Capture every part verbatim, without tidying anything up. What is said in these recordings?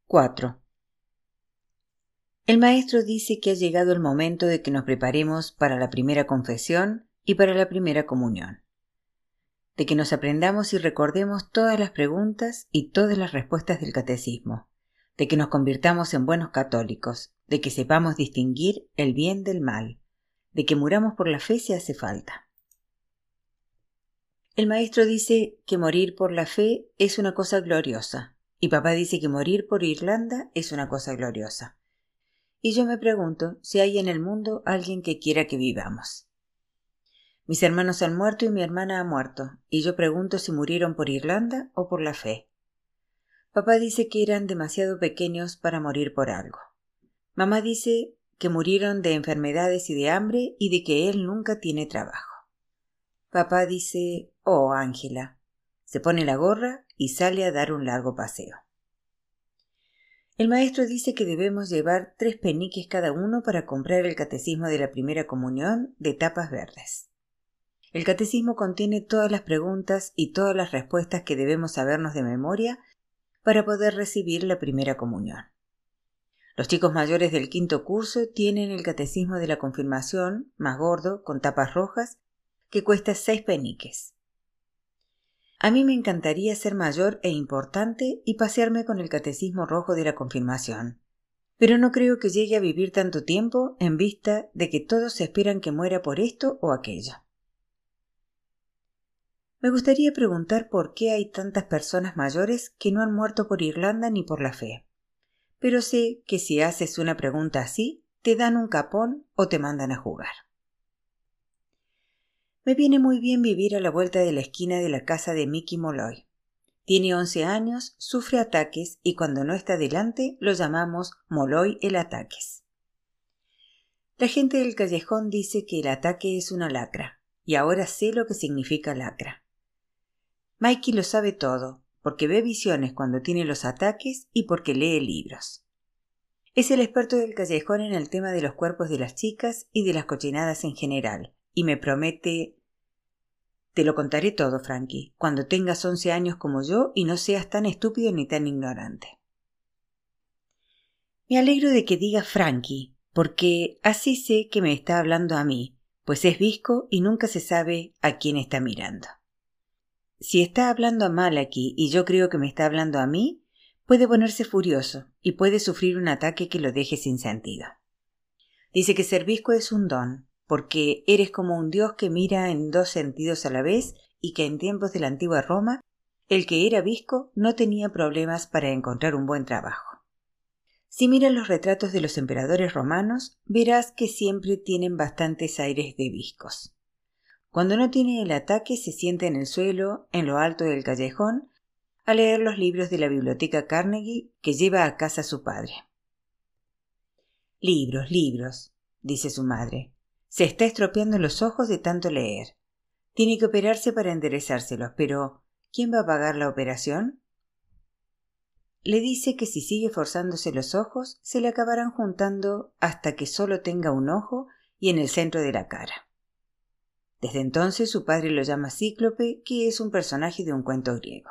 cuatro. El maestro dice que ha llegado el momento de que nos preparemos para la primera confesión y para la primera comunión, de que nos aprendamos y recordemos todas las preguntas y todas las respuestas del catecismo, de que nos convirtamos en buenos católicos, de que sepamos distinguir el bien del mal, de que muramos por la fe si hace falta. El maestro dice que morir por la fe es una cosa gloriosa, y papá dice que morir por Irlanda es una cosa gloriosa. Y yo me pregunto si hay en el mundo alguien que quiera que vivamos. Mis hermanos han muerto y mi hermana ha muerto, y yo pregunto si murieron por Irlanda o por la fe. Papá dice que eran demasiado pequeños para morir por algo. Mamá dice que murieron de enfermedades y de hambre y de que él nunca tiene trabajo. Papá dice, oh, Ángela, se pone la gorra y sale a dar un largo paseo. El maestro dice que debemos llevar tres peniques cada uno para comprar el catecismo de la primera comunión de tapas verdes. El catecismo contiene todas las preguntas y todas las respuestas que debemos sabernos de memoria para poder recibir la primera comunión. Los chicos mayores del quinto curso tienen el catecismo de la confirmación, más gordo, con tapas rojas, que cuesta seis peniques. A mí me encantaría ser mayor e importante y pasearme con el catecismo rojo de la confirmación, pero no creo que llegue a vivir tanto tiempo en vista de que todos esperan que muera por esto o aquello. Me gustaría preguntar por qué hay tantas personas mayores que no han muerto por Irlanda ni por la fe, pero sé que si haces una pregunta así, te dan un capón o te mandan a jugar. Me viene muy bien vivir a la vuelta de la esquina de la casa de Mickey Molloy. Tiene once años, sufre ataques y cuando no está delante lo llamamos Molloy el ataques. La gente del callejón dice que el ataque es una lacra, y ahora sé lo que significa lacra. Mikey lo sabe todo, porque ve visiones cuando tiene los ataques y porque lee libros. Es el experto del callejón en el tema de los cuerpos de las chicas y de las cochinadas en general, y me promete: te lo contaré todo, Frankie, cuando tengas once años como yo y no seas tan estúpido ni tan ignorante. Me alegro de que diga Frankie, porque así sé que me está hablando a mí, pues es visco y nunca se sabe a quién está mirando. Si está hablando a Malachi y yo creo que me está hablando a mí, puede ponerse furioso y puede sufrir un ataque que lo deje sin sentido. Dice que ser visco es un don, porque eres como un dios que mira en dos sentidos a la vez y que en tiempos de la antigua Roma, el que era visco no tenía problemas para encontrar un buen trabajo. Si miras los retratos de los emperadores romanos, verás que siempre tienen bastantes aires de viscos. Cuando no tiene el ataque, se sienta en el suelo, en lo alto del callejón, a leer los libros de la biblioteca Carnegie que lleva a casa su padre. Libros, libros, dice su madre. Se está estropeando los ojos de tanto leer. Tiene que operarse para enderezárselos, pero ¿quién va a pagar la operación? Le dice que si sigue forzándose los ojos, se le acabarán juntando hasta que solo tenga un ojo y en el centro de la cara. Desde entonces su padre lo llama Cíclope, que es un personaje de un cuento griego.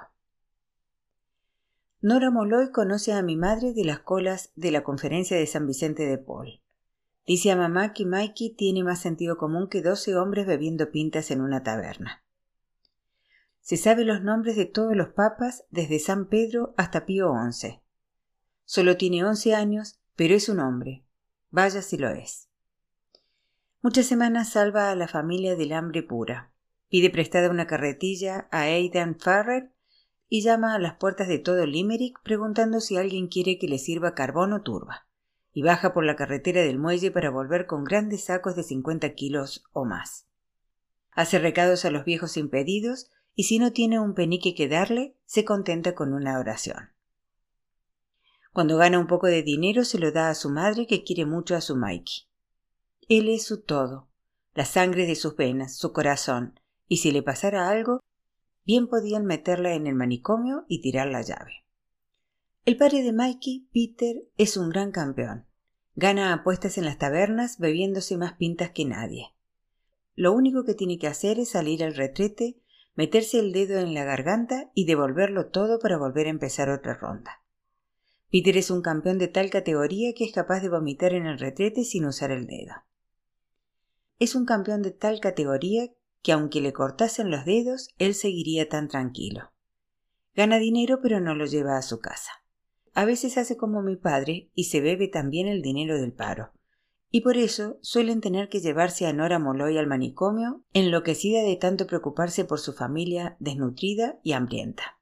Nora Molloy conoce a mi madre de las colas de la conferencia de San Vicente de Paul. Dice a mamá que Mikey tiene más sentido común que doce hombres bebiendo pintas en una taberna. Se sabe los nombres de todos los papas desde San Pedro hasta Pío once. Solo tiene once años, pero es un hombre. Vaya si lo es. Muchas semanas salva a la familia del hambre pura. Pide prestada una carretilla a Aidan Farrer y llama a las puertas de todo Limerick preguntando si alguien quiere que le sirva carbón o turba. Y baja por la carretera del muelle para volver con grandes sacos de cincuenta kilos o más. Hace recados a los viejos impedidos y si no tiene un penique que darle, se contenta con una oración. Cuando gana un poco de dinero se lo da a su madre que quiere mucho a su Mikey. Él es su todo, la sangre de sus venas, su corazón, y si le pasara algo, bien podían meterla en el manicomio y tirar la llave. El padre de Mikey, Peter, es un gran campeón. Gana apuestas en las tabernas bebiéndose más pintas que nadie. Lo único que tiene que hacer es salir al retrete, meterse el dedo en la garganta y devolverlo todo para volver a empezar otra ronda. Peter es un campeón de tal categoría que es capaz de vomitar en el retrete sin usar el dedo. Es un campeón de tal categoría que aunque le cortasen los dedos, él seguiría tan tranquilo. Gana dinero pero no lo lleva a su casa. A veces hace como mi padre y se bebe también el dinero del paro. Y por eso suelen tener que llevarse a Nora Molloy al manicomio, enloquecida de tanto preocuparse por su familia desnutrida y hambrienta.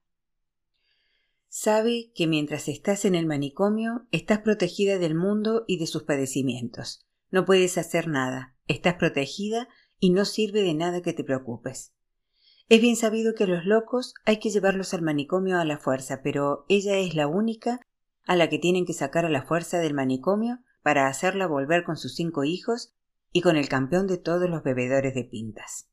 Sabe que mientras estás en el manicomio, estás protegida del mundo y de sus padecimientos. No puedes hacer nada, estás protegida y no sirve de nada que te preocupes. Es bien sabido que a los locos hay que llevarlos al manicomio a la fuerza, pero ella es la única a la que tienen que sacar a la fuerza del manicomio para hacerla volver con sus cinco hijos y con el campeón de todos los bebedores de pintas.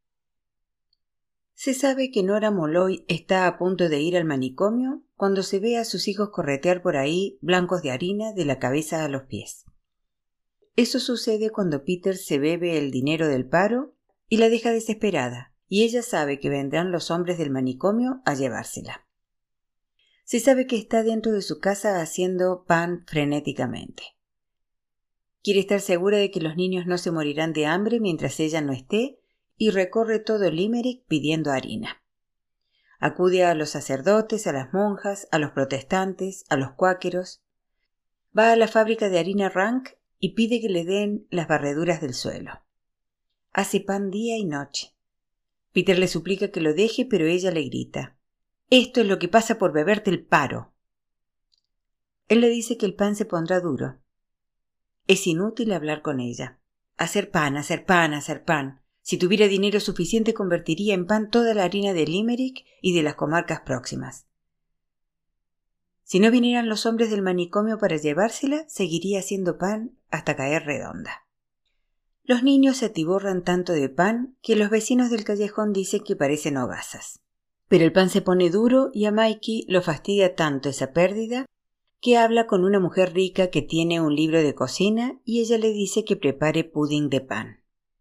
Se sabe que Nora Molloy está a punto de ir al manicomio cuando se ve a sus hijos corretear por ahí blancos de harina de la cabeza a los pies. Eso sucede cuando Peter se bebe el dinero del paro y la deja desesperada, y ella sabe que vendrán los hombres del manicomio a llevársela. Se sabe que está dentro de su casa haciendo pan frenéticamente. Quiere estar segura de que los niños no se morirán de hambre mientras ella no esté y recorre todo Limerick pidiendo harina. Acude a los sacerdotes, a las monjas, a los protestantes, a los cuáqueros. Va a la fábrica de harina Rank y pide que le den las barreduras del suelo. Hace pan día y noche. Peter le suplica que lo deje, pero ella le grita: «Esto es lo que pasa por beberte el paro». Él le dice que el pan se pondrá duro. Es inútil hablar con ella. Hacer pan, hacer pan, hacer pan. Si tuviera dinero suficiente convertiría en pan toda la harina de Limerick y de las comarcas próximas. Si no vinieran los hombres del manicomio para llevársela, seguiría haciendo pan hasta caer redonda. Los niños se atiborran tanto de pan que los vecinos del callejón dicen que parecen hogazas. Pero el pan se pone duro y a Mikey lo fastidia tanto esa pérdida que habla con una mujer rica que tiene un libro de cocina y ella le dice que prepare pudding de pan.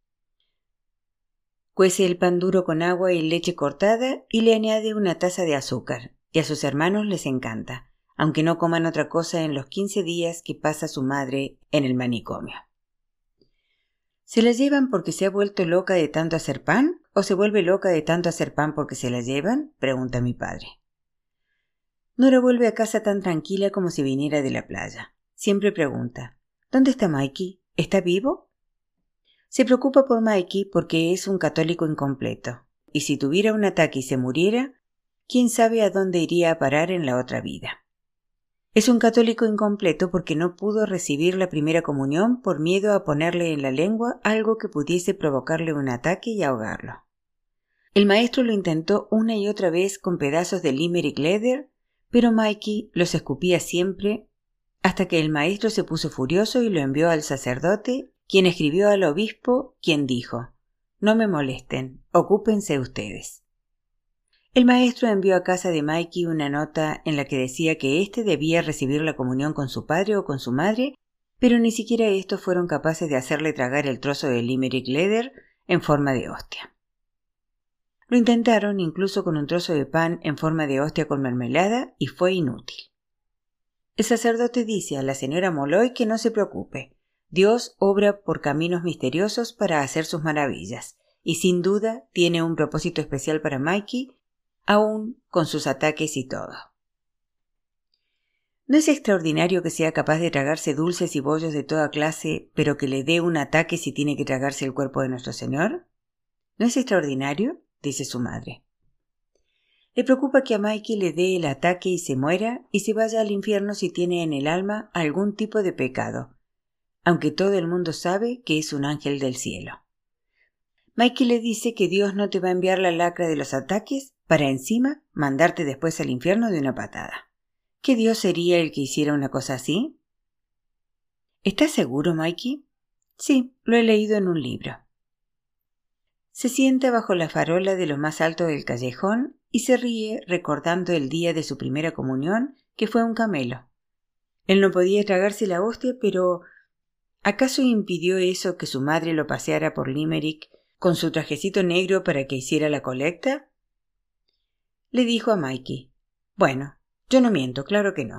Cuece el pan duro con agua y leche cortada y le añade una taza de azúcar, y a sus hermanos les encanta, aunque no coman otra cosa en los quince días que pasa su madre en el manicomio. ¿Se la llevan porque se ha vuelto loca de tanto hacer pan o se vuelve loca de tanto hacer pan porque se la llevan?, pregunta mi padre. Nora vuelve a casa tan tranquila como si viniera de la playa. Siempre pregunta: ¿dónde está Mikey? ¿Está vivo? Se preocupa por Mikey porque es un católico incompleto, y si tuviera un ataque y se muriera, quién sabe a dónde iría a parar en la otra vida. Es un católico incompleto porque no pudo recibir la primera comunión por miedo a ponerle en la lengua algo que pudiese provocarle un ataque y ahogarlo. El maestro lo intentó una y otra vez con pedazos de Limerick Leather, pero Mikey los escupía siempre hasta que el maestro se puso furioso y lo envió al sacerdote, quien escribió al obispo, quien dijo: «No me molesten, ocúpense ustedes». El maestro envió a casa de Mikey una nota en la que decía que éste debía recibir la comunión con su padre o con su madre, pero ni siquiera estos fueron capaces de hacerle tragar el trozo de Limerick Leather en forma de hostia. Lo intentaron incluso con un trozo de pan en forma de hostia con mermelada y fue inútil. El sacerdote dice a la señora Molloy que no se preocupe. Dios obra por caminos misteriosos para hacer sus maravillas, y sin duda tiene un propósito especial para Mikey, aún con sus ataques y todo. ¿No es extraordinario que sea capaz de tragarse dulces y bollos de toda clase, pero que le dé un ataque si tiene que tragarse el cuerpo de nuestro Señor? ¿No es extraordinario?, dice su madre. Le preocupa que a Mikey le dé el ataque y se muera y se vaya al infierno si tiene en el alma algún tipo de pecado, aunque todo el mundo sabe que es un ángel del cielo. Mikey le dice que Dios no te va a enviar la lacra de los ataques para encima mandarte después al infierno de una patada. ¿Qué Dios sería el que hiciera una cosa así? ¿Estás seguro, Mikey? Sí, lo he leído en un libro. Se sienta bajo la farola de lo más alto del callejón y se ríe recordando el día de su primera comunión, que fue un camelo. Él no podía tragarse la hostia, pero ¿acaso impidió eso que su madre lo paseara por Limerick con su trajecito negro para que hiciera la colecta? Le dijo a Mikey: «Bueno, yo no miento, claro que no.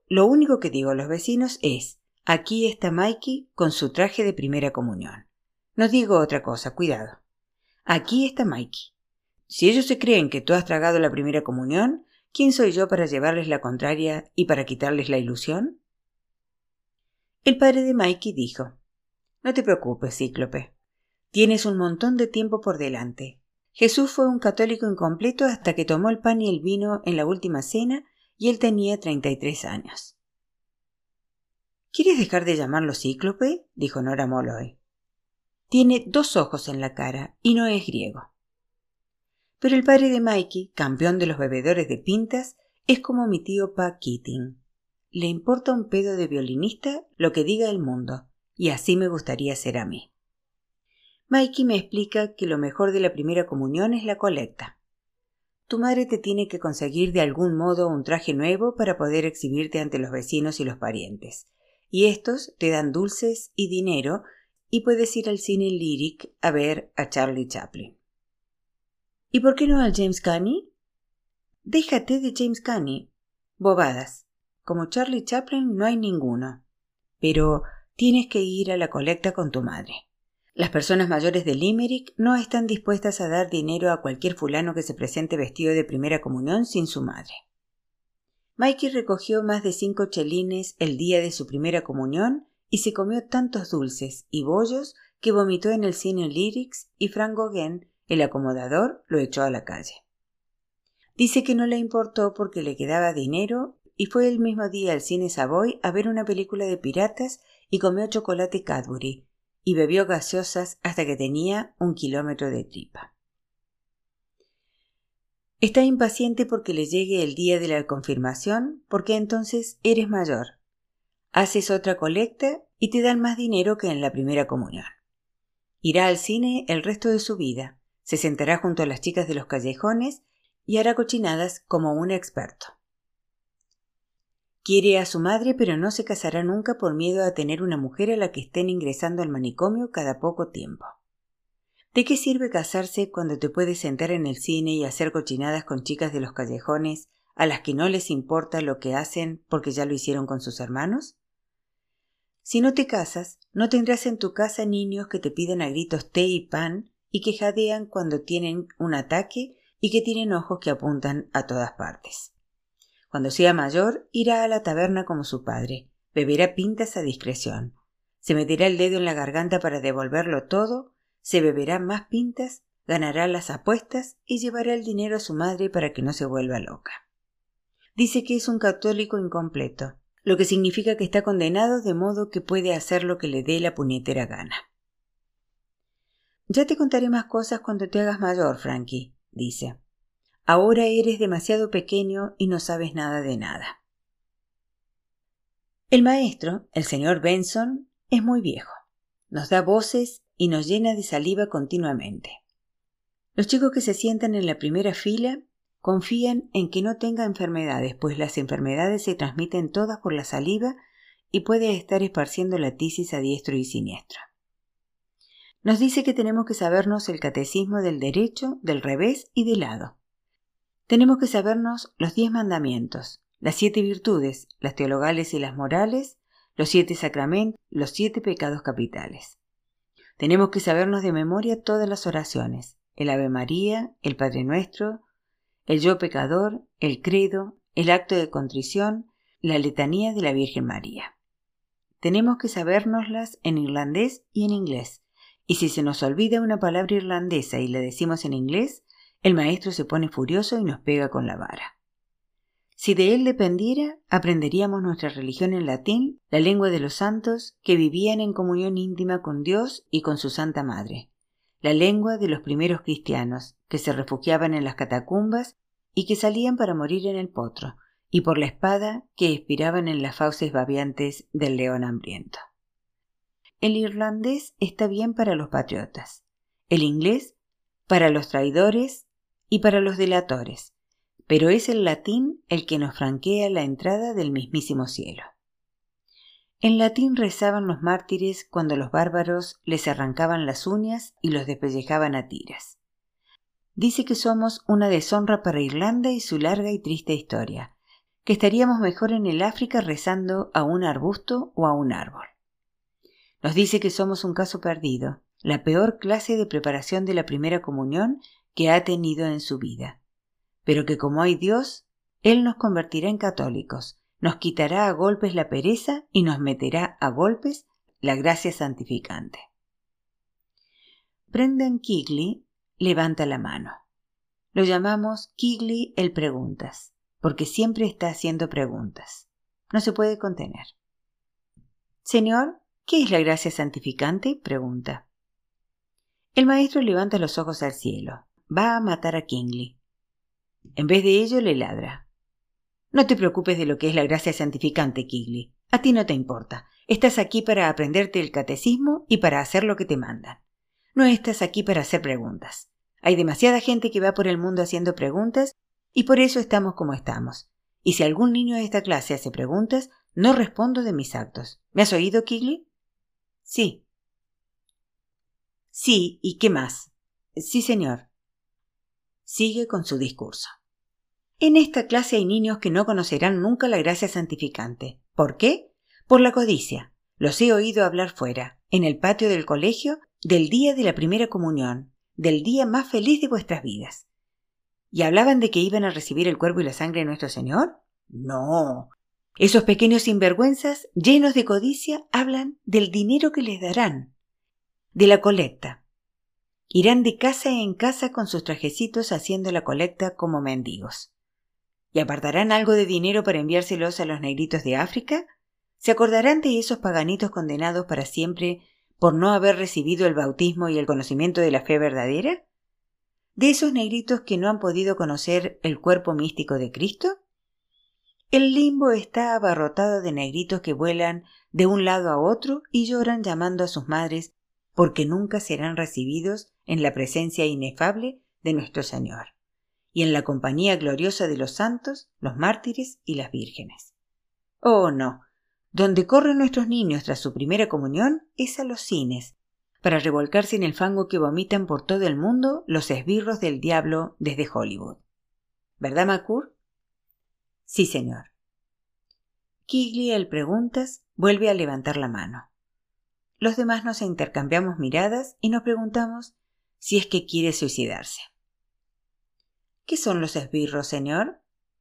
Lo único que digo a los vecinos es: aquí está Mikey con su traje de primera comunión. No digo otra cosa, cuidado. Aquí está Mikey. Si ellos se creen que tú has tragado la primera comunión, ¿quién soy yo para llevarles la contraria y para quitarles la ilusión? El padre de Mikey dijo: no te preocupes, Cíclope. Tienes un montón de tiempo por delante. Jesús fue un católico incompleto hasta que tomó el pan y el vino en la última cena y él tenía treinta y tres años. ¿Quieres dejar de llamarlo Cíclope?, dijo Nora Molloy. Tiene dos ojos en la cara y no es griego. Pero el padre de Mikey, campeón de los bebedores de pintas, es como mi tío Pa Keating. Le importa un pedo de violinista lo que diga el mundo, y así me gustaría ser a mí. Mikey me explica que lo mejor de la primera comunión es la colecta. Tu madre te tiene que conseguir de algún modo un traje nuevo para poder exhibirte ante los vecinos y los parientes, y estos te dan dulces y dinero y puedes ir al cine Lyric a ver a Charlie Chaplin. ¿Y por qué no al James Cagney? Déjate de James Cagney. Bobadas. Como Charlie Chaplin no hay ninguno. Pero tienes que ir a la colecta con tu madre. Las personas mayores de Limerick no están dispuestas a dar dinero a cualquier fulano que se presente vestido de primera comunión sin su madre. Mikey recogió más de cinco chelines el día de su primera comunión y se comió tantos dulces y bollos que vomitó en el cine Lyrics y Frank Gauguin, el acomodador, lo echó a la calle. Dice que no le importó porque le quedaba dinero y fue el mismo día al cine Savoy a ver una película de piratas y comió chocolate Cadbury y bebió gaseosas hasta que tenía un kilómetro de tripa. Está impaciente porque le llegue el día de la confirmación, porque entonces eres mayor. Haces otra colecta y te dan más dinero que en la primera comunión. Irá al cine el resto de su vida, se sentará junto a las chicas de los callejones y hará cochinadas como un experto. Quiere a su madre, pero no se casará nunca por miedo a tener una mujer a la que estén ingresando al manicomio cada poco tiempo. ¿De qué sirve casarse cuando te puedes sentar en el cine y hacer cochinadas con chicas de los callejones a las que no les importa lo que hacen porque ya lo hicieron con sus hermanos? Si no te casas, no tendrás en tu casa niños que te piden a gritos té y pan y que jadean cuando tienen un ataque y que tienen ojos que apuntan a todas partes. Cuando sea mayor, irá a la taberna como su padre, beberá pintas a discreción, se meterá el dedo en la garganta para devolverlo todo, se beberá más pintas, ganará las apuestas y llevará el dinero a su madre para que no se vuelva loca. Dice que es un católico incompleto, lo que significa que está condenado de modo que puede hacer lo que le dé la puñetera gana. Ya te contaré más cosas cuando te hagas mayor, Frankie, dice. Ahora eres demasiado pequeño y no sabes nada de nada. El maestro, el señor Benson, es muy viejo. Nos da voces y nos llena de saliva continuamente. Los chicos que se sientan en la primera fila confían en que no tenga enfermedades, pues las enfermedades se transmiten todas por la saliva y puede estar esparciendo la tisis a diestro y siniestro. Nos dice que tenemos que sabernos el catecismo del derecho, del revés y del lado. Tenemos que sabernos los diez mandamientos, las siete virtudes, las teologales y las morales, los siete sacramentos, los siete pecados capitales. Tenemos que sabernos de memoria todas las oraciones, el Ave María, el Padre Nuestro, el Yo Pecador, el Credo, el acto de contrición, la letanía de la Virgen María. Tenemos que sabérnoslas en irlandés y en inglés, y si se nos olvida una palabra irlandesa y la decimos en inglés, el maestro se pone furioso y nos pega con la vara. Si de él dependiera, aprenderíamos nuestra religión en latín, la lengua de los santos que vivían en comunión íntima con Dios y con su Santa Madre, la lengua de los primeros cristianos que se refugiaban en las catacumbas y que salían para morir en el potro, y por la espada que expiraban en las fauces babeantes del león hambriento. El irlandés está bien para los patriotas, el inglés para los traidores y para los delatores, pero es el latín el que nos franquea la entrada del mismísimo cielo. En latín rezaban los mártires cuando los bárbaros les arrancaban las uñas y los despellejaban a tiras. Dice que somos una deshonra para Irlanda y su larga y triste historia, que estaríamos mejor en el África rezando a un arbusto o a un árbol. Nos dice que somos un caso perdido, la peor clase de preparación de la primera comunión que ha tenido en su vida, pero que como hay Dios, Él nos convertirá en católicos, nos quitará a golpes la pereza y nos meterá a golpes la gracia santificante. Brendan Quigley levanta la mano. Lo llamamos Quigley el Preguntas, porque siempre está haciendo preguntas. No se puede contener. Señor, ¿qué es la gracia santificante? Pregunta. El maestro levanta los ojos al cielo. Va a matar a Quigley. En vez de ello le ladra. No te preocupes de lo que es la gracia santificante, Quigley. A ti no te importa. Estás aquí para aprenderte el catecismo y para hacer lo que te mandan. No estás aquí para hacer preguntas. Hay demasiada gente que va por el mundo haciendo preguntas y por eso estamos como estamos. Y si algún niño de esta clase hace preguntas, no respondo de mis actos. ¿Me has oído, Quigley? Sí. Sí, ¿y qué más? Sí, señor. Sigue con su discurso. En esta clase hay niños que no conocerán nunca la gracia santificante. ¿Por qué? Por la codicia. Los he oído hablar fuera, en el patio del colegio, del día de la primera comunión, del día más feliz de vuestras vidas. ¿Y hablaban de que iban a recibir el cuerpo y la sangre de nuestro Señor? No. Esos pequeños sinvergüenzas, llenos de codicia, hablan del dinero que les darán, de la colecta. Irán de casa en casa con sus trajecitos haciendo la colecta como mendigos. ¿Y apartarán algo de dinero para enviárselos a los negritos de África? ¿Se acordarán de esos paganitos condenados para siempre por no haber recibido el bautismo y el conocimiento de la fe verdadera? ¿De esos negritos que no han podido conocer el cuerpo místico de Cristo? El limbo está abarrotado de negritos que vuelan de un lado a otro y lloran llamando a sus madres porque nunca serán recibidos en la presencia inefable de nuestro Señor y en la compañía gloriosa de los santos, los mártires y las vírgenes. Oh, no. Donde corren nuestros niños tras su primera comunión es a los cines, para revolcarse en el fango que vomitan por todo el mundo los esbirros del diablo desde Hollywood. ¿Verdad, McCourt? Sí, señor. Quigley, al preguntas, vuelve a levantar la mano. Los demás nos intercambiamos miradas y nos preguntamos si es que quiere suicidarse. ¿Qué son los esbirros, señor?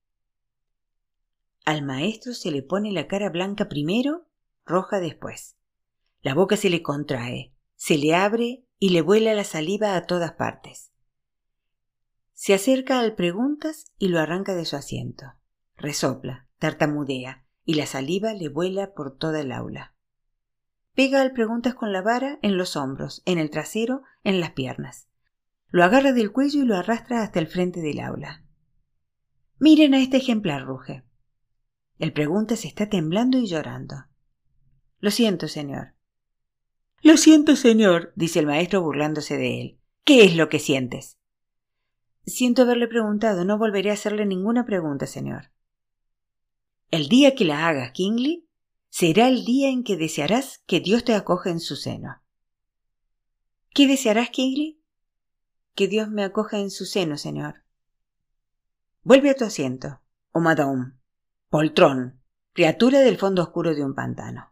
Al maestro se le pone la cara blanca primero, roja después. La boca se le contrae, se le abre y le vuela la saliva a todas partes. Se acerca al preguntas y lo arranca de su asiento. Resopla, tartamudea y la saliva le vuela por toda el aula. Pega al preguntas con la vara en los hombros, en el trasero, en las piernas. Lo agarra del cuello y lo arrastra hasta el frente del aula. Miren a este ejemplar, ruge. El preguntas está temblando y llorando. Lo siento, señor. Lo siento, señor, dice el maestro burlándose de él. ¿Qué es lo que sientes? Siento haberle preguntado. No volveré a hacerle ninguna pregunta, señor. El día que la hagas, Quigley, será el día en que desearás que Dios te acoja en su seno. ¿Qué desearás, Quigley? Que Dios me acoja en su seno, señor. Vuelve a tu asiento, oh madame. Poltrón, criatura del fondo oscuro de un pantano.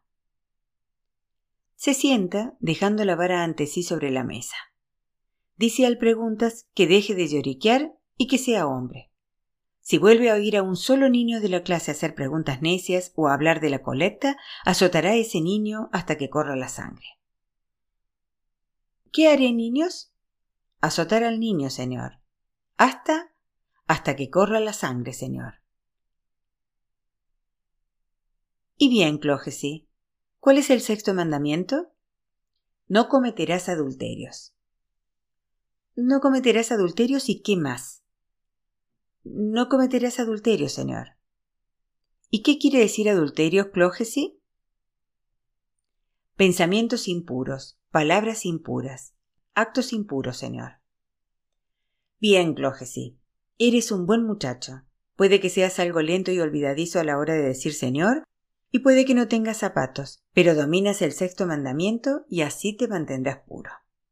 Se sienta, dejando la vara ante sí sobre la mesa. Dice al preguntas que deje de lloriquear y que sea hombre. Si vuelve a oír a un solo niño de la clase hacer preguntas necias o a hablar de la colecta, azotará a ese niño hasta que corra la sangre. ¿Qué haré, niños? Azotar al niño, señor. Hasta, hasta que corra la sangre, señor. Y bien, Clógesi, ¿cuál es el sexto mandamiento? No cometerás adulterios. No cometerás adulterios y ¿qué más? No cometerás adulterios, señor. ¿Y qué quiere decir adulterio, Clógesi? Pensamientos impuros, palabras impuras, actos impuros, señor. Bien, Clógesi, eres un buen muchacho. Puede que seas algo lento y olvidadizo a la hora de decir señor, y puede que no tengas zapatos, pero dominas el sexto mandamiento y así te mantendrás puro.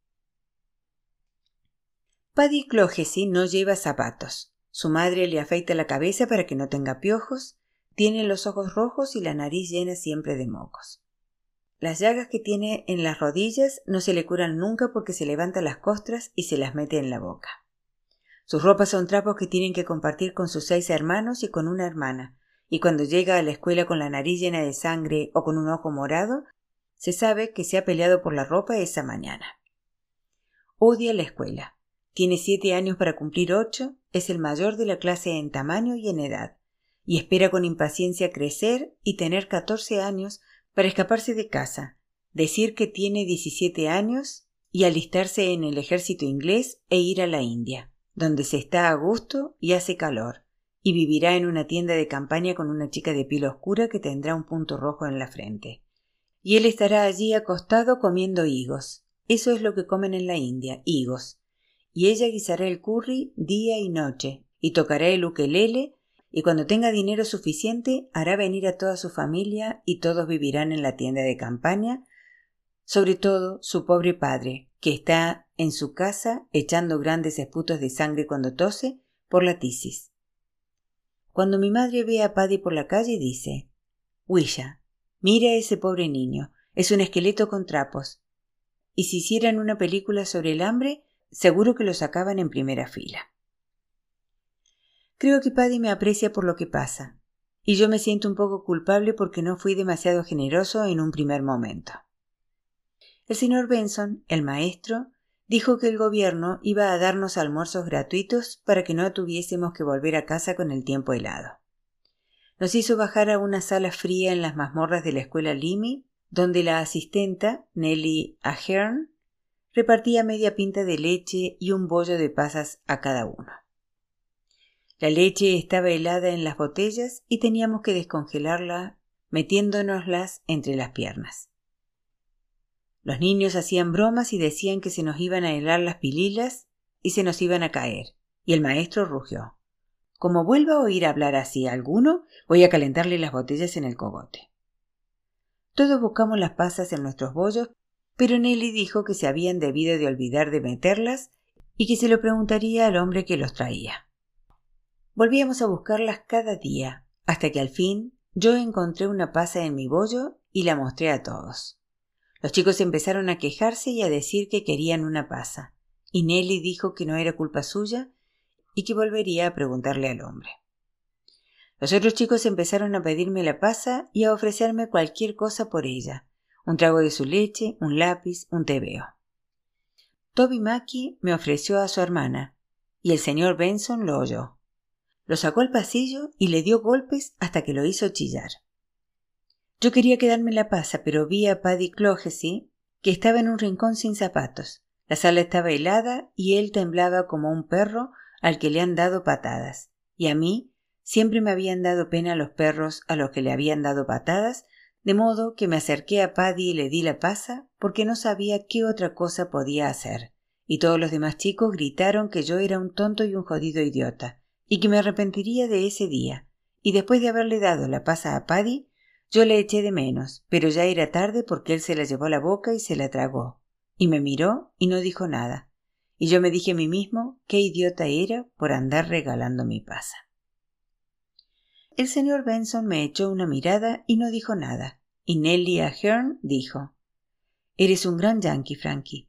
Paddy Clógesi no lleva zapatos. Su madre le afeita la cabeza para que no tenga piojos, tiene los ojos rojos y la nariz llena siempre de mocos. Las llagas que tiene en las rodillas no se le curan nunca porque se levanta las costras y se las mete en la boca. Sus ropas son trapos que tienen que compartir con sus seis hermanos y con una hermana, y cuando llega a la escuela con la nariz llena de sangre o con un ojo morado, se sabe que se ha peleado por la ropa esa mañana. Odia la escuela. Tiene siete años para cumplir ocho, es el mayor de la clase en tamaño y en edad, y espera con impaciencia crecer y tener catorce años para escaparse de casa, decir que tiene diecisiete años y alistarse en el ejército inglés e ir a la India, donde se está a gusto y hace calor, y vivirá en una tienda de campaña con una chica de piel oscura que tendrá un punto rojo en la frente. Y él estará allí acostado comiendo higos. Eso es lo que comen en la India, higos. Y ella guisará el curry día y noche, y tocará el ukelele, y cuando tenga dinero suficiente hará venir a toda su familia y todos vivirán en la tienda de campaña, sobre todo su pobre padre, que está en su casa echando grandes esputos de sangre cuando tose por la tisis. Cuando mi madre ve a Paddy por la calle dice: «Wisha, mira a ese pobre niño, es un esqueleto con trapos». Y si hicieran una película sobre el hambre, seguro que lo sacaban en primera fila. Creo que Paddy me aprecia por lo que pasa, y yo me siento un poco culpable porque no fui demasiado generoso en un primer momento. El señor Benson, el maestro, dijo que el gobierno iba a darnos almuerzos gratuitos para que no tuviésemos que volver a casa con el tiempo helado. Nos hizo bajar a una sala fría en las mazmorras de la escuela Limy, donde la asistenta, Nellie Ahern, repartía media pinta de leche y un bollo de pasas a cada uno. La leche estaba helada en las botellas y teníamos que descongelarla metiéndonoslas entre las piernas. Los niños hacían bromas y decían que se nos iban a helar las pililas y se nos iban a caer, y el maestro rugió: «Como vuelva a oír hablar así a alguno, voy a calentarle las botellas en el cogote». Todos buscamos las pasas en nuestros bollos, pero Nelly dijo que se habían debido de olvidar de meterlas y que se lo preguntaría al hombre que los traía. Volvíamos a buscarlas cada día, hasta que al fin yo encontré una pasa en mi bollo y la mostré a todos. Los chicos empezaron a quejarse y a decir que querían una pasa, y Nelly dijo que no era culpa suya y que volvería a preguntarle al hombre. Los otros chicos empezaron a pedirme la pasa y a ofrecerme cualquier cosa por ella, un trago de su leche, un lápiz, un tebeo. Toby Mackey me ofreció a su hermana, y el señor Benson lo oyó. Lo sacó al pasillo y le dio golpes hasta que lo hizo chillar. Yo quería quedarme la pasa, pero vi a Paddy Clohessy, que estaba en un rincón sin zapatos. La sala estaba helada y él temblaba como un perro al que le han dado patadas. Y a mí siempre me habían dado pena los perros a los que le habían dado patadas, de modo que me acerqué a Paddy y le di la pasa porque no sabía qué otra cosa podía hacer. Y todos los demás chicos gritaron que yo era un tonto y un jodido idiota, y que me arrepentiría de ese día. Y después de haberle dado la pasa a Paddy, yo le eché de menos, pero ya era tarde porque él se la llevó a la boca y se la tragó, y me miró y no dijo nada, y yo me dije a mí mismo qué idiota era por andar regalando mi pasa. El señor Benson me echó una mirada y no dijo nada, y Nellie Ahern dijo: «Eres un gran yankee, Frankie».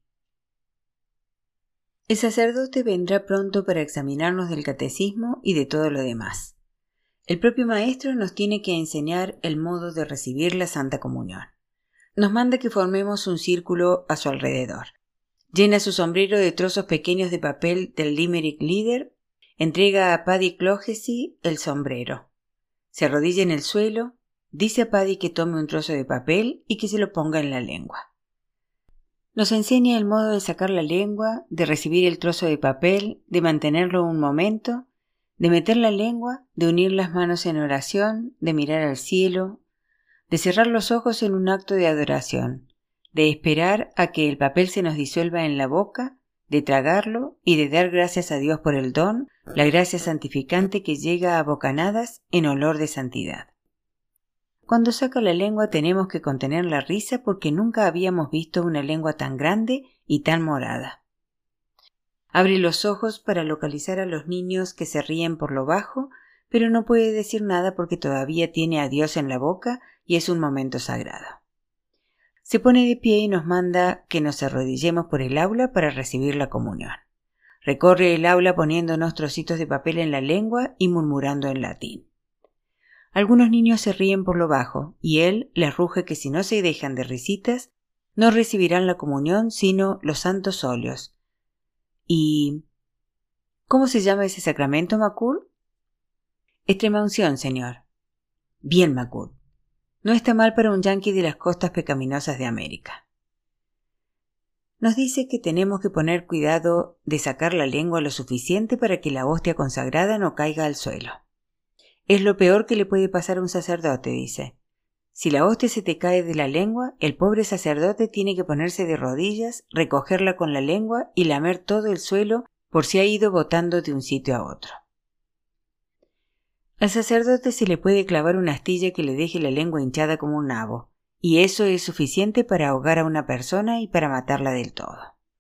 El sacerdote vendrá pronto para examinarnos del catecismo y de todo lo demás. El propio maestro nos tiene que enseñar el modo de recibir la Santa Comunión. Nos manda que formemos un círculo a su alrededor. Llena su sombrero de trozos pequeños de papel del Limerick Leader, entrega a Paddy Clohessy el sombrero. Se arrodilla en el suelo, dice a Paddy que tome un trozo de papel y que se lo ponga en la lengua. Nos enseña el modo de sacar la lengua, de recibir el trozo de papel, de mantenerlo un momento, de meter la lengua, de unir las manos en oración, de mirar al cielo, de cerrar los ojos en un acto de adoración, de esperar a que el papel se nos disuelva en la boca, de tragarlo y de dar gracias a Dios por el don, la gracia santificante que llega a bocanadas en olor de santidad. Cuando saca la lengua tenemos que contener la risa porque nunca habíamos visto una lengua tan grande y tan morada. Abre los ojos para localizar a los niños que se ríen por lo bajo, pero no puede decir nada porque todavía tiene a Dios en la boca y es un momento sagrado. Se pone de pie y nos manda que nos arrodillemos por el aula para recibir la comunión. Recorre el aula poniéndonos trocitos de papel en la lengua y murmurando en latín. Algunos niños se ríen por lo bajo y él les ruge que si no se dejan de risitas, no recibirán la comunión sino los santos óleos. ¿Y cómo se llama ese sacramento, Macur? Extremaunción, señor. Bien, Macur. No está mal para un yanqui de las costas pecaminosas de América. Nos dice que tenemos que poner cuidado de sacar la lengua lo suficiente para que la hostia consagrada no caiga al suelo. Es lo peor que le puede pasar a un sacerdote, dice. Si la hostia se te cae de la lengua, el pobre sacerdote tiene que ponerse de rodillas, recogerla con la lengua y lamer todo el suelo por si ha ido botando de un sitio a otro. Al sacerdote se le puede clavar una astilla que le deje la lengua hinchada como un nabo, y eso es suficiente para ahogar a una persona y para matarla del todo.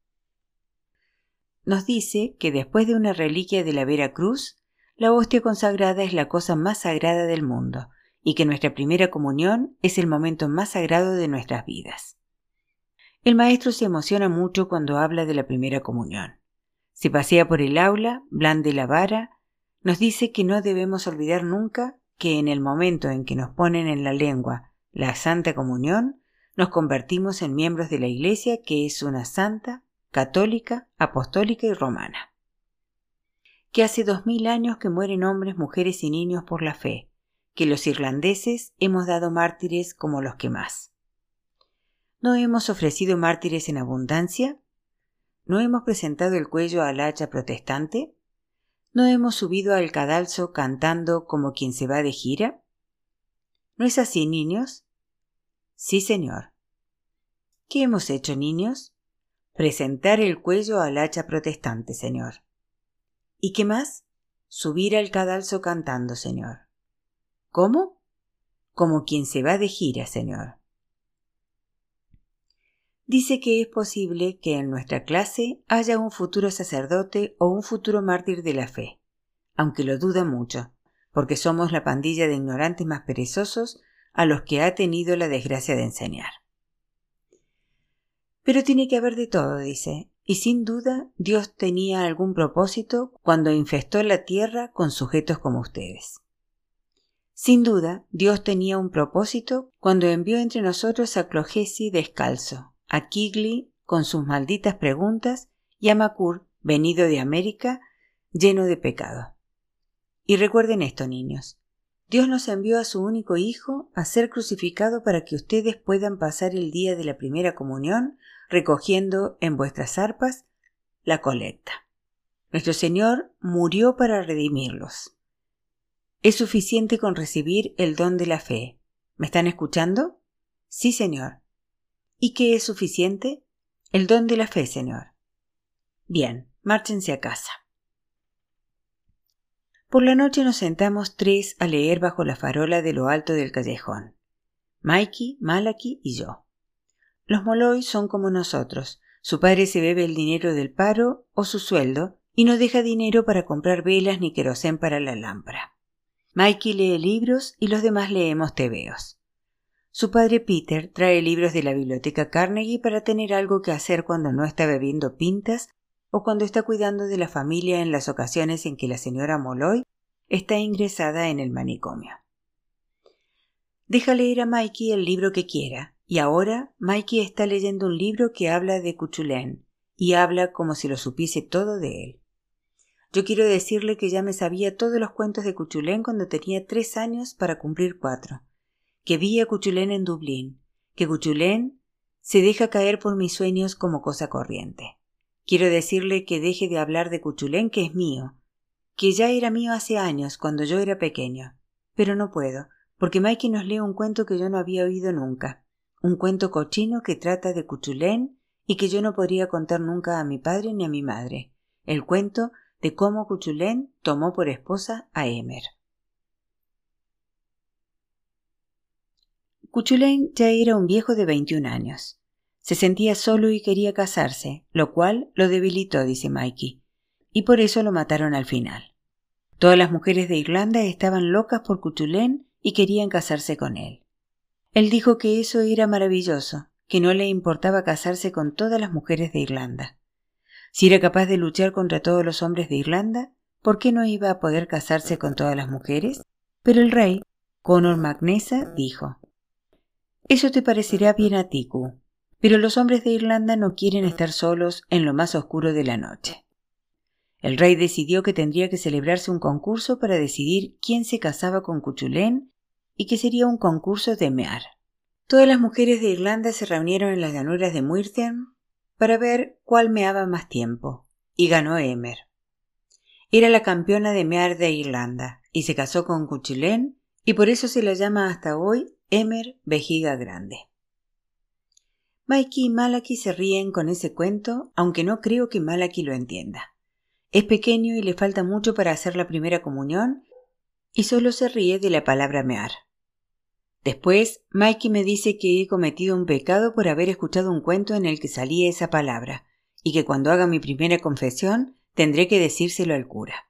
Nos dice que después de una reliquia de la Vera Cruz, la hostia consagrada es la cosa más sagrada del mundo, y que nuestra primera comunión es el momento más sagrado de nuestras vidas. El maestro se emociona mucho cuando habla de la primera comunión. Se pasea por el aula, blande la vara, nos dice que no debemos olvidar nunca que en el momento en que nos ponen en la lengua la Santa Comunión, nos convertimos en miembros de la Iglesia, que es una santa, católica, apostólica y romana. Que hace dos mil años que mueren hombres, mujeres y niños por la fe, que los irlandeses hemos dado mártires como los que más. ¿No hemos ofrecido mártires en abundancia? ¿No hemos presentado el cuello al hacha protestante? ¿No hemos subido al cadalso cantando como quien se va de gira? ¿No es así, niños? Sí, señor. ¿Qué hemos hecho, niños? Presentar el cuello al hacha protestante, señor. ¿Y qué más? Subir al cadalso cantando, señor. ¿Cómo? Como quien se va de gira, señor. Dice que es posible que en nuestra clase haya un futuro sacerdote o un futuro mártir de la fe, aunque lo duda mucho, porque somos la pandilla de ignorantes más perezosos a los que ha tenido la desgracia de enseñar. Pero tiene que haber de todo, dice, y sin duda Dios tenía algún propósito cuando infestó la tierra con sujetos como ustedes. Sin duda, Dios tenía un propósito cuando envió entre nosotros a Clogesi descalzo, a Kigli con sus malditas preguntas y a Macur, venido de América, lleno de pecado. Y recuerden esto, niños. Dios nos envió a su único Hijo a ser crucificado para que ustedes puedan pasar el día de la primera comunión recogiendo en vuestras arpas la colecta. Nuestro Señor murió para redimirlos. Es suficiente con recibir el don de la fe. ¿Me están escuchando? Sí, Señor. ¿Y qué es suficiente? El don de la fe, Señor. Bien, márchense a casa. Por la noche nos sentamos tres a leer bajo la farola de lo alto del callejón. Mikey, Malachi y yo. Los Molloy son como nosotros. Su padre se bebe el dinero del paro o su sueldo y no deja dinero para comprar velas ni querosén para la lámpara. Mikey lee libros y los demás leemos tebeos. Su padre Peter trae libros de la biblioteca Carnegie para tener algo que hacer cuando no está bebiendo pintas o cuando está cuidando de la familia en las ocasiones en que la señora Molloy está ingresada en el manicomio. Deja leer a Mikey el libro que quiera, y ahora Mikey está leyendo un libro que habla de Cuchulain, y habla como si lo supiese todo de él. Yo quiero decirle que ya me sabía todos los cuentos de Cuchulain cuando tenía tres años para cumplir cuatro, que vi a Cuchulain en Dublín, que Cuchulain se deja caer por mis sueños como cosa corriente. Quiero decirle que deje de hablar de Cuchulain, que es mío, que ya era mío hace años, cuando yo era pequeño. Pero no puedo, porque Mikey nos lee un cuento que yo no había oído nunca, un cuento cochino que trata de Cuchulain y que yo no podría contar nunca a mi padre ni a mi madre, el cuento de cómo Cuchulain tomó por esposa a Emer. Cuchulain ya era un viejo de veintiún años. Se sentía solo y quería casarse, lo cual lo debilitó, dice Mikey, y por eso lo mataron al final. Todas las mujeres de Irlanda estaban locas por Cuchulainn y querían casarse con él. Él dijo que eso era maravilloso, que no le importaba casarse con todas las mujeres de Irlanda. Si era capaz de luchar contra todos los hombres de Irlanda, ¿por qué no iba a poder casarse con todas las mujeres? Pero el rey, Conor mac Nessa, dijo: «Eso te parecerá bien a ti, Cu, pero los hombres de Irlanda no quieren estar solos en lo más oscuro de la noche». El rey decidió que tendría que celebrarse un concurso para decidir quién se casaba con Cuchulainn y que sería un concurso de mear. Todas las mujeres de Irlanda se reunieron en las llanuras de Muirthemne para ver cuál meaba más tiempo, y ganó Emer. Era la campeona de mear de Irlanda y se casó con Cuchulainn, y por eso se la llama hasta hoy Emer Vejiga Grande. Mikey y Malachi se ríen con ese cuento, aunque no creo que Malachi lo entienda. Es pequeño y le falta mucho para hacer la primera comunión y solo se ríe de la palabra mear. Después, Mikey me dice que he cometido un pecado por haber escuchado un cuento en el que salía esa palabra y que cuando haga mi primera confesión tendré que decírselo al cura.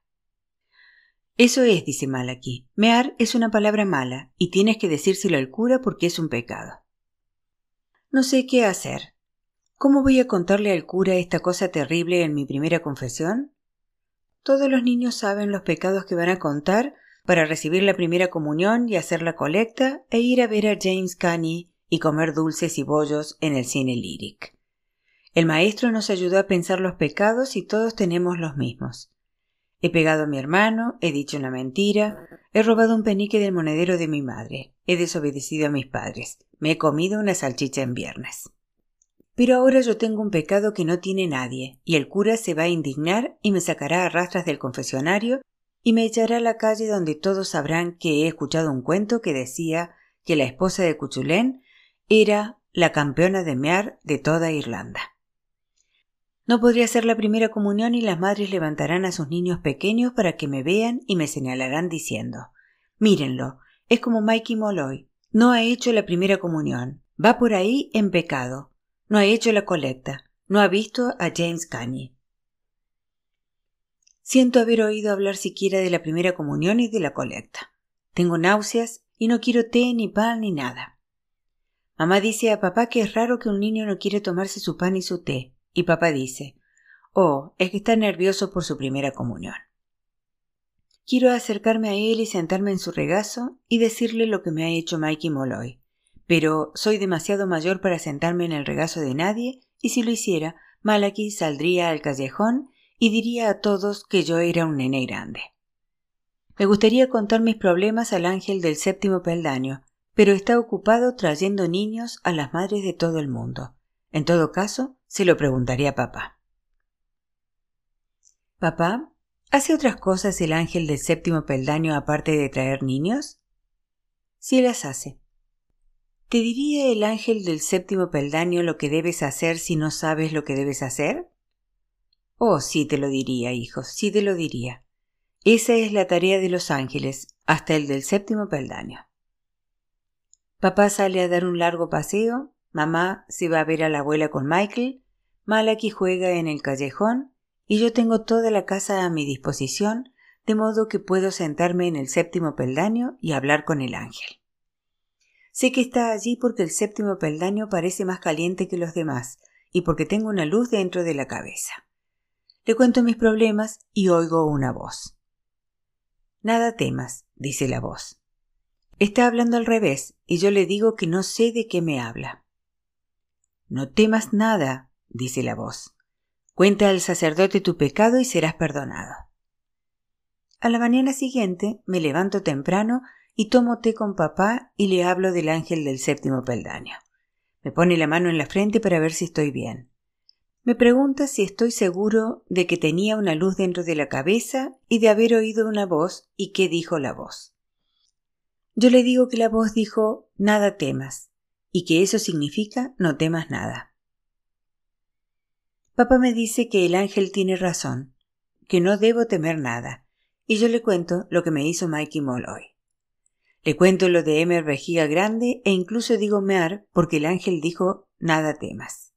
Eso es, dice Malachi, mear es una palabra mala y tienes que decírselo al cura porque es un pecado. No sé qué hacer. ¿Cómo voy a contarle al cura esta cosa terrible en mi primera confesión? Todos los niños saben los pecados que van a contar para recibir la primera comunión y hacer la colecta e ir a ver a James Cagney y comer dulces y bollos en el cine Lyric. El maestro nos ayudó a pensar los pecados y todos tenemos los mismos. He pegado a mi hermano, he dicho una mentira, he robado un penique del monedero de mi madre, he desobedecido a mis padres, me he comido una salchicha en viernes. Pero ahora yo tengo un pecado que no tiene nadie, y el cura se va a indignar y me sacará a rastras del confesionario y me echará a la calle donde todos sabrán que he escuchado un cuento que decía que la esposa de Cuchulainn era la campeona de mear de toda Irlanda. No podré hacer la primera comunión y las madres levantarán a sus niños pequeños para que me vean y me señalarán diciendo: «Mírenlo, es como Mikey Molloy, no ha hecho la primera comunión, va por ahí en pecado». No ha hecho la colecta, no ha visto a James Cagney. Siento haber oído hablar siquiera de la primera comunión y de la colecta. Tengo náuseas y no quiero té ni pan ni nada. Mamá dice a papá que es raro que un niño no quiere tomarse su pan y su té, y papá dice: «Oh, es que está nervioso por su primera comunión». Quiero acercarme a él y sentarme en su regazo y decirle lo que me ha hecho Mikey Molloy. Pero soy demasiado mayor para sentarme en el regazo de nadie, y si lo hiciera, Malachi saldría al callejón y diría a todos que yo era un nene grande. Me gustaría contar mis problemas al ángel del séptimo peldaño, pero está ocupado trayendo niños a las madres de todo el mundo. En todo caso, se lo preguntaré a papá. «Papá, ¿hace otras cosas el ángel del séptimo peldaño aparte de traer niños?» «Sí las hace». ¿Te diría el ángel del séptimo peldaño lo que debes hacer si no sabes lo que debes hacer? Oh, sí te lo diría, hijo, sí te lo diría. Esa es la tarea de los ángeles, hasta el del séptimo peldaño. Papá sale a dar un largo paseo, mamá se va a ver a la abuela con Michael, Malachi juega en el callejón y yo tengo toda la casa a mi disposición, de modo que puedo sentarme en el séptimo peldaño y hablar con el ángel. Sé que está allí porque el séptimo peldaño parece más caliente que los demás y porque tengo una luz dentro de la cabeza. Le cuento mis problemas y oigo una voz. «Nada temas», dice la voz. Está hablando al revés y yo le digo que no sé de qué me habla. «No temas nada», dice la voz. «Cuenta al sacerdote tu pecado y serás perdonado». A la mañana siguiente me levanto temprano y tomo té con papá y le hablo del ángel del séptimo peldaño. Me pone la mano en la frente para ver si estoy bien. Me pregunta si estoy seguro de que tenía una luz dentro de la cabeza y de haber oído una voz y qué dijo la voz. Yo le digo que la voz dijo «nada temas» y que eso significa «no temas nada». Papá me dice que el ángel tiene razón, que no debo temer nada, y yo le cuento lo que me hizo Mikey Molloy. Le cuento lo de Emer Vejiga Grande e incluso digo mear porque el ángel dijo «nada temas».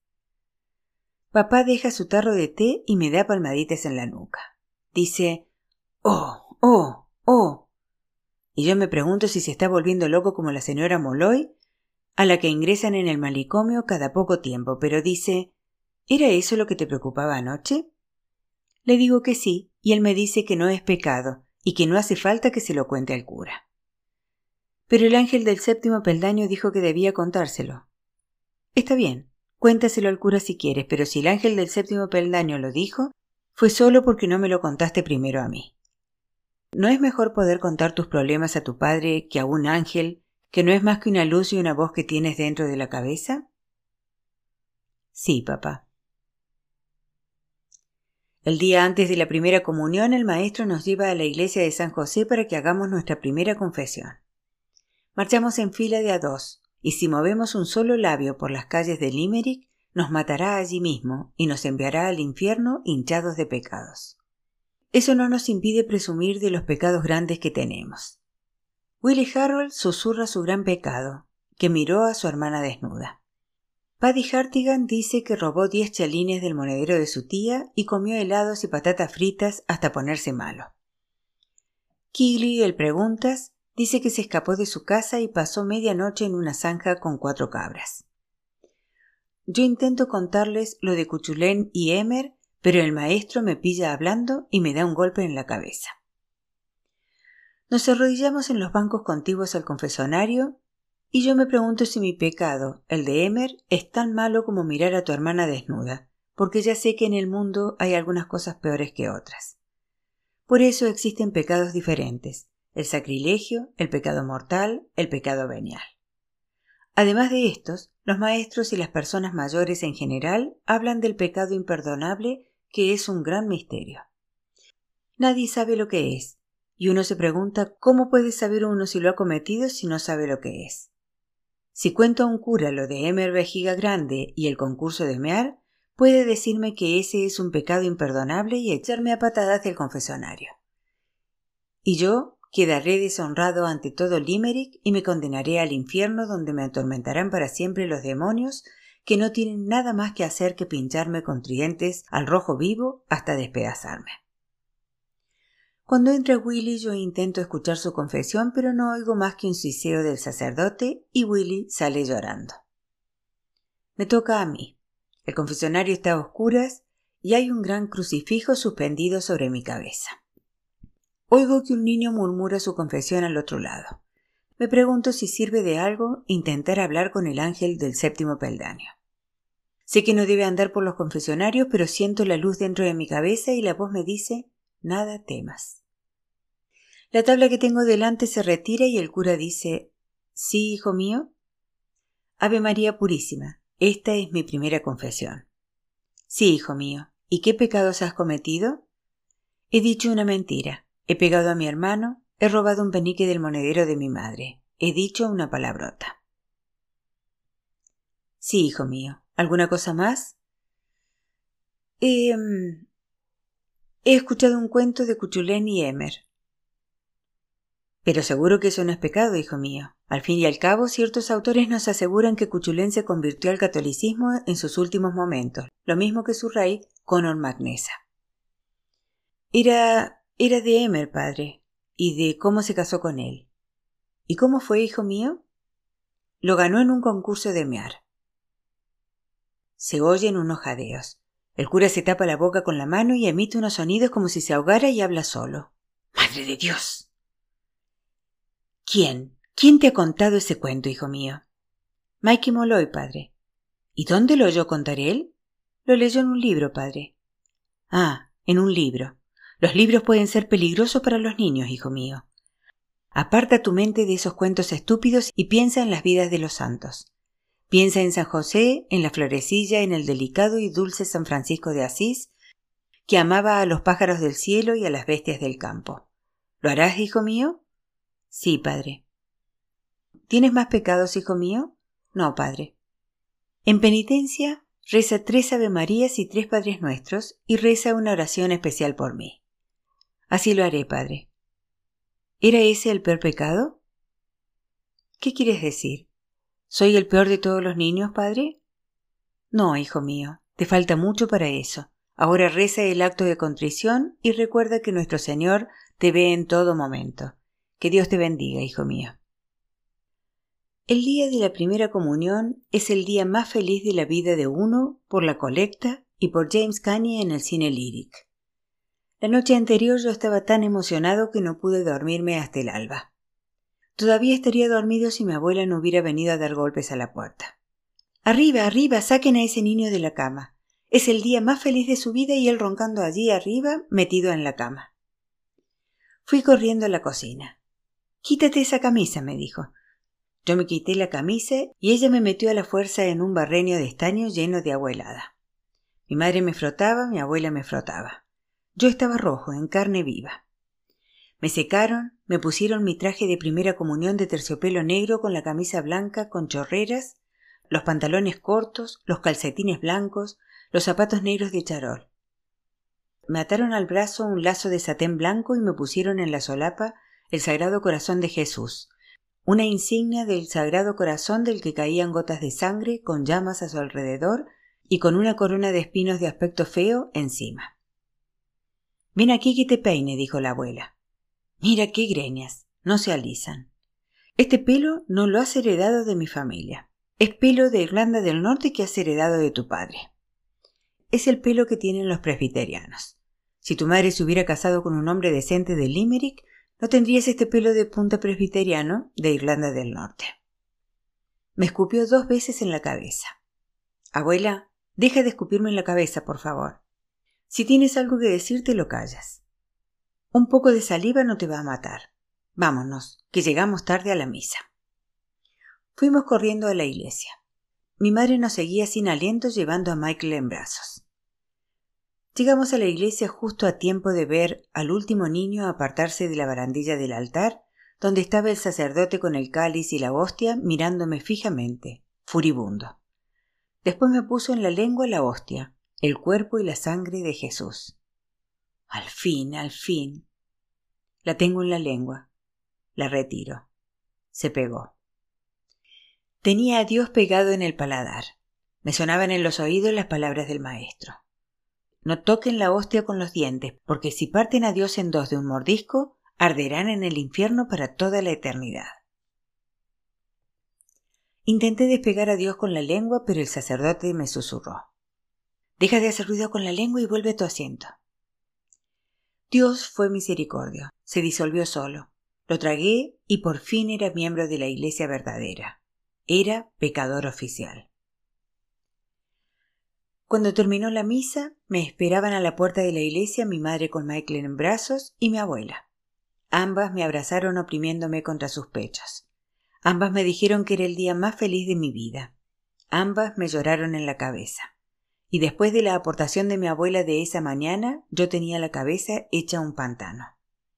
Papá deja su tarro de té y me da palmaditas en la nuca. Dice «Oh, Oh, oh. Y yo me pregunto si se está volviendo loco como la señora Molloy, a la que ingresan en el manicomio cada poco tiempo, pero dice, ¿era eso lo que te preocupaba anoche? Le digo que sí, y él me dice que no es pecado, y que no hace falta que se lo cuente al cura. Pero el ángel del séptimo peldaño dijo que debía contárselo. Está bien, cuéntaselo al cura si quieres, pero si el ángel del séptimo peldaño lo dijo, fue solo porque no me lo contaste primero a mí. ¿No es mejor poder contar tus problemas a tu padre que a un ángel, que no es más que una luz y una voz que tienes dentro de la cabeza? Sí, papá. El día antes de la primera comunión, el maestro nos lleva a la iglesia de San José para que hagamos nuestra primera confesión. Marchamos en fila de a dos, y si movemos un solo labio por las calles de Limerick, nos matará allí mismo y nos enviará al infierno hinchados de pecados. Eso no nos impide presumir de los pecados grandes que tenemos. Willie Harrell susurra su gran pecado, que miró a su hermana desnuda. Paddy Hartigan dice que robó diez chelines del monedero de su tía y comió helados y patatas fritas hasta ponerse malo. Keeley, el preguntas, dice que se escapó de su casa y pasó media noche en una zanja con cuatro cabras. Yo intento contarles lo de Cuchulain y Emer, pero el maestro me pilla hablando y me da un golpe en la cabeza. Nos arrodillamos en los bancos contiguos al confesonario y yo me pregunto si mi pecado, el de Emer, es tan malo como mirar a tu hermana desnuda, porque ya sé que en el mundo hay algunas cosas peores que otras. Por eso existen pecados diferentes, el sacrilegio, el pecado mortal, el pecado venial. Además de estos, los maestros y las personas mayores en general hablan del pecado imperdonable, que es un gran misterio. Nadie sabe lo que es, y uno se pregunta cómo puede saber uno si lo ha cometido si no sabe lo que es. Si cuento a un cura lo de Emer Vejiga Grande y el concurso de mear, puede decirme que ese es un pecado imperdonable y echarme a patadas del confesonario. Y yo quedaré deshonrado ante todo Limerick y me condenaré al infierno donde me atormentarán para siempre los demonios que no tienen nada más que hacer que pincharme con tridentes al rojo vivo hasta despedazarme. Cuando entra Willie yo intento escuchar su confesión, pero no oigo más que un siseo del sacerdote y Willie sale llorando. Me toca a mí. El confesionario está a oscuras y hay un gran crucifijo suspendido sobre mi cabeza. Oigo que un niño murmura su confesión al otro lado. Me pregunto si sirve de algo intentar hablar con el ángel del séptimo peldaño. Sé que no debe andar por los confesionarios, pero siento la luz dentro de mi cabeza y la voz me dice, nada temas. La tabla que tengo delante se retira y el cura dice, ¿sí, hijo mío? Ave María Purísima, esta es mi primera confesión. Sí, hijo mío, ¿y qué pecados has cometido? He dicho una mentira. He pegado a mi hermano, he robado un penique del monedero de mi madre. He dicho una palabrota. Sí, hijo mío. ¿Alguna cosa más? He, um, he escuchado un cuento de Cuchulain y Emer. Pero seguro que eso no es pecado, hijo mío. Al fin y al cabo, ciertos autores nos aseguran que Cuchulain se convirtió al catolicismo en sus últimos momentos, lo mismo que su rey, Conor Magnessa. Era... Era de Emer, padre, y de cómo se casó con él. ¿Y cómo fue, hijo mío? Lo ganó en un concurso de mear. Se oyen unos jadeos. El cura se tapa la boca con la mano y emite unos sonidos como si se ahogara y habla solo. ¡Madre de Dios! ¿Quién? ¿Quién te ha contado ese cuento, hijo mío? Mikey Molloy, padre. ¿Y dónde lo oyó contar él? Lo leyó en un libro, padre. Ah, en un libro. Los libros pueden ser peligrosos para los niños, hijo mío. Aparta tu mente de esos cuentos estúpidos y piensa en las vidas de los santos. Piensa en San José, en la florecilla, en el delicado y dulce San Francisco de Asís, que amaba a los pájaros del cielo y a las bestias del campo. ¿Lo harás, hijo mío? Sí, padre. ¿Tienes más pecados, hijo mío? No, padre. En penitencia, reza tres Ave Marías y tres Padres Nuestros y reza una oración especial por mí. Así lo haré, padre. ¿Era ese el peor pecado? ¿Qué quieres decir? ¿Soy el peor de todos los niños, padre? No, hijo mío, te falta mucho para eso. Ahora reza el acto de contrición y recuerda que nuestro Señor te te ve en todo momento. Que Dios te bendiga, hijo mío. El día de la primera comunión es el día más feliz de la vida de uno por la colecta y por James Cagney en el cine Lyric. La noche anterior yo estaba tan emocionado que no pude dormirme hasta el alba. Todavía estaría dormido si mi abuela no hubiera venido a dar golpes a la puerta. Arriba, arriba, saquen a ese niño de la cama. Es el día más feliz de su vida y él roncando allí arriba, metido en la cama. Fui corriendo a la cocina. Quítate esa camisa, me dijo. Yo me quité la camisa y ella me metió a la fuerza en un barreño de estaño lleno de agua helada. Mi madre me frotaba, mi abuela me frotaba. Yo estaba rojo, en carne viva. Me secaron, me pusieron mi traje de primera comunión de terciopelo negro con la camisa blanca con chorreras, los pantalones cortos, los calcetines blancos, los zapatos negros de charol. Me ataron al brazo un lazo de satén blanco y me pusieron en la solapa el Sagrado Corazón de Jesús, una insignia del Sagrado Corazón del que caían gotas de sangre con llamas a su alrededor y con una corona de espinos de aspecto feo encima. «Ven aquí que te peine», dijo la abuela. «Mira qué greñas, no se alisan. Este pelo no lo has heredado de mi familia. Es pelo de Irlanda del Norte que has heredado de tu padre. Es el pelo que tienen los presbiterianos. Si tu madre se hubiera casado con un hombre decente de Limerick, no tendrías este pelo de punta presbiteriano de Irlanda del Norte». Me escupió dos veces en la cabeza. «Abuela, deja de escupirme en la cabeza, por favor. Si tienes algo que decir, te lo callas. Un poco de saliva no te va a matar. Vámonos, que llegamos tarde a la misa». Fuimos corriendo a la iglesia. Mi madre nos seguía sin aliento llevando a Michael en brazos. Llegamos a la iglesia justo a tiempo de ver al último niño apartarse de la barandilla del altar, donde estaba el sacerdote con el cáliz y la hostia mirándome fijamente, furibundo. Después me puso en la lengua la hostia, el cuerpo y la sangre de Jesús. Al fin, al fin. La tengo en la lengua. La retiro. Se pegó. Tenía a Dios pegado en el paladar. Me sonaban en los oídos las palabras del maestro. No toquen la hostia con los dientes, porque si parten a Dios en dos de un mordisco, arderán en el infierno para toda la eternidad. Intenté despegar a Dios con la lengua, pero el sacerdote me susurró. Deja de hacer ruido con la lengua y vuelve a tu asiento. Dios fue misericordio. Se disolvió solo. Lo tragué y por fin era miembro de la iglesia verdadera. Era pecador oficial. Cuando terminó la misa, me esperaban a la puerta de la iglesia mi madre con Michael en brazos y mi abuela. Ambas me abrazaron oprimiéndome contra sus pechos. Ambas me dijeron que era el día más feliz de mi vida. Ambas me lloraron en la cabeza. Y después de la aportación de mi abuela de esa mañana, yo tenía la cabeza hecha un pantano.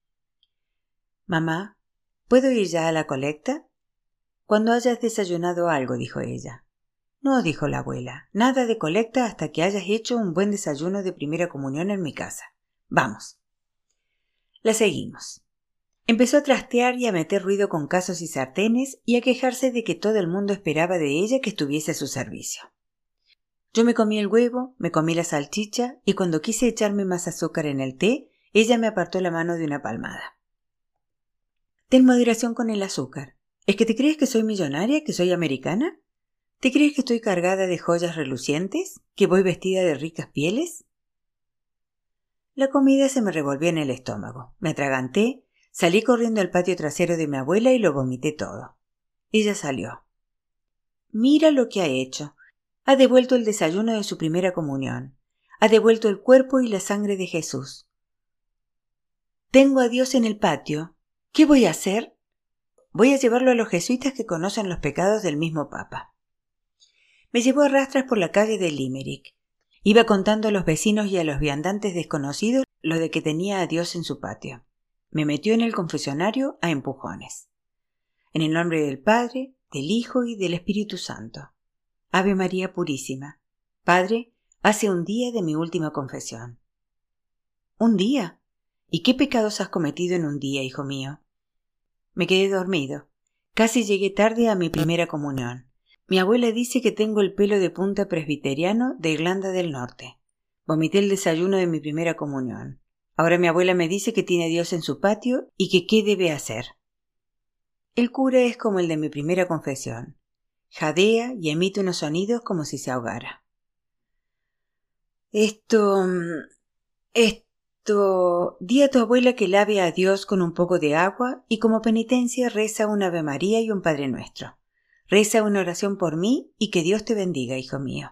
«Mamá, ¿puedo ir ya a la colecta?» «Cuando hayas desayunado algo», dijo ella. «No», dijo la abuela, «nada de colecta hasta que hayas hecho un buen desayuno de primera comunión en mi casa. Vamos». La seguimos. Empezó a trastear y a meter ruido con casos y sartenes y a quejarse de que todo el mundo esperaba de ella que estuviese a su servicio. Yo me comí el huevo, me comí la salchicha y cuando quise echarme más azúcar en el té, ella me apartó la mano de una palmada. «Ten moderación con el azúcar. ¿Es que te crees que soy millonaria, que soy americana? ¿Te crees que estoy cargada de joyas relucientes? ¿Que voy vestida de ricas pieles?» La comida se me revolvió en el estómago. Me atraganté, salí corriendo al patio trasero de mi abuela y lo vomité todo. Ella salió. «Mira lo que ha hecho. Ha devuelto el desayuno de su primera comunión. Ha devuelto el cuerpo y la sangre de Jesús. Tengo a Dios en el patio. ¿Qué voy a hacer? Voy a llevarlo a los jesuitas que conocen los pecados del mismo Papa». Me llevó a rastras por la calle de Limerick. Iba contando a los vecinos y a los viandantes desconocidos lo de que tenía a Dios en su patio. Me metió en el confesionario a empujones. En el nombre del Padre, del Hijo y del Espíritu Santo. Ave María Purísima. Padre, hace un día de mi última confesión. ¿Un día? ¿Y qué pecados has cometido en un día, hijo mío? Me quedé dormido. Casi llegué tarde a mi primera comunión. Mi abuela dice que tengo el pelo de punta presbiteriano de Irlanda del Norte. Vomité el desayuno de mi primera comunión. Ahora mi abuela me dice que tiene a Dios en su patio y que qué debe hacer. El cura es como el de mi primera confesión. Jadea y emite unos sonidos como si se ahogara. Esto... Esto... Di a tu abuela que lave a Dios con un poco de agua y como penitencia reza un Ave María y un Padre Nuestro. Reza una oración por mí y que Dios te bendiga, hijo mío.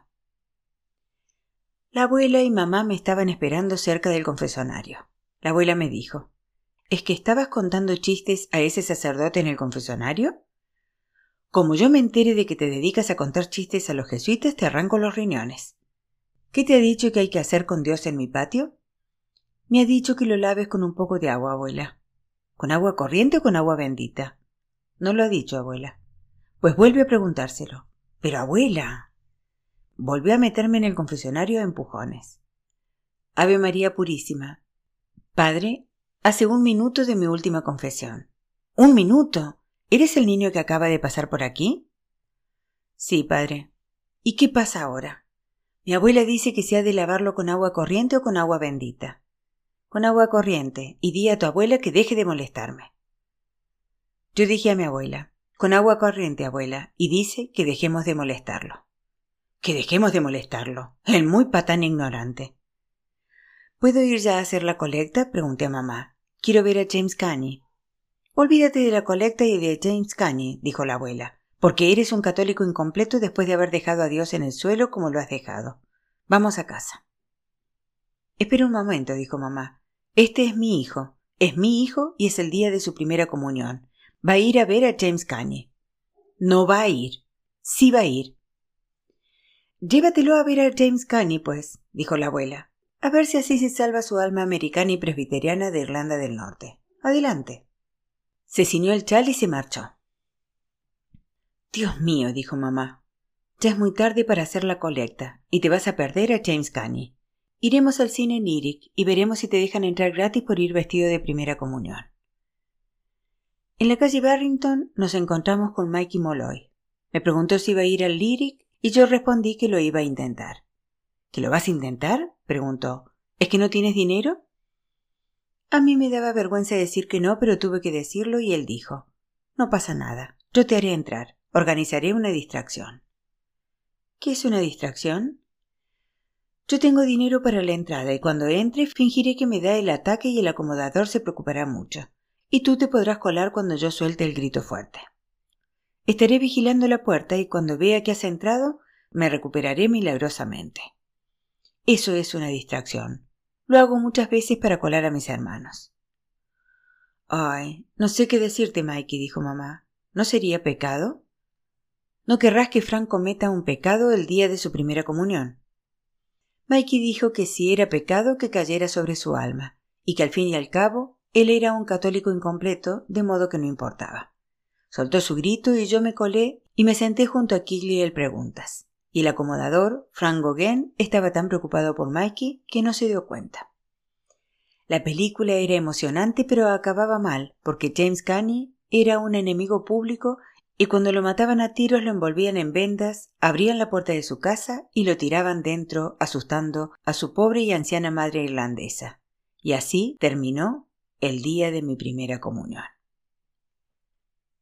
La abuela y mamá me estaban esperando cerca del confesonario. La abuela me dijo, ¿es que estabas contando chistes a ese sacerdote en el confesonario? Como yo me entere de que te dedicas a contar chistes a los jesuitas, te arranco los riñones. ¿Qué te ha dicho que hay que hacer con Dios en mi patio? Me ha dicho que lo laves con un poco de agua, abuela. ¿Con agua corriente o con agua bendita? No lo ha dicho, abuela. Pues vuelve a preguntárselo. Pero, abuela... Volví a meterme en el confesionario a empujones. Ave María Purísima. Padre, hace un minuto de mi última confesión. ¿Un minuto? ¿Eres el niño que acaba de pasar por aquí? Sí, padre. ¿Y qué pasa ahora? Mi abuela dice que se ha de lavarlo con agua corriente o con agua bendita. Con agua corriente, y di a tu abuela que deje de molestarme. Yo dije a mi abuela, con agua corriente, abuela, y dice que dejemos de molestarlo. Que dejemos de molestarlo. El muy patán ignorante. ¿Puedo ir ya a hacer la colecta? Pregunté a mamá. Quiero ver a James Cagney. Olvídate de la colecta y de James Cagney, dijo la abuela, porque eres un católico incompleto después de haber dejado a Dios en el suelo como lo has dejado. Vamos a casa. Espera un momento, dijo mamá. Este es mi hijo. Es mi hijo y es el día de su primera comunión. Va a ir a ver a James Cagney. No va a ir. Sí va a ir. Llévatelo a ver a James Cagney, pues, dijo la abuela. A ver si así se salva su alma americana y presbiteriana de Irlanda del Norte. Adelante. Se ciñó el chal y se marchó. Dios mío, dijo mamá. Ya es muy tarde para hacer la colecta y te vas a perder a James Cagney. Iremos al cine Lyric y veremos si te dejan entrar gratis por ir vestido de primera comunión. En la calle Barrington nos encontramos con Mikey Molloy. Me preguntó si iba a ir al Lyric y yo respondí que lo iba a intentar. ¿Que lo vas a intentar? Preguntó. ¿Es que no tienes dinero? A mí me daba vergüenza decir que no, pero tuve que decirlo y él dijo, no pasa nada, yo te haré entrar, organizaré una distracción. ¿Qué es una distracción? Yo tengo dinero para la entrada y cuando entre fingiré que me da el ataque y el acomodador se preocupará mucho, y tú te podrás colar cuando yo suelte el grito fuerte. Estaré vigilando la puerta y cuando vea que has entrado, me recuperaré milagrosamente. Eso es una distracción. Lo hago muchas veces para colar a mis hermanos. Ay, no sé qué decirte, Mikey, dijo mamá. ¿No sería pecado? No querrás que Frank cometa un pecado el día de su primera comunión. Mikey dijo que si era pecado que cayera sobre su alma, y que al fin y al cabo él era un católico incompleto, de modo que no importaba. Soltó su grito y yo me colé y me senté junto a Kigley el Preguntas. Y el acomodador, Frank Gauguin, estaba tan preocupado por Mikey que no se dio cuenta. La película era emocionante pero acababa mal, porque James Cagney era un enemigo público y cuando lo mataban a tiros lo envolvían en vendas, abrían la puerta de su casa y lo tiraban dentro, asustando a su pobre y anciana madre irlandesa. Y así terminó el día de mi primera comunión.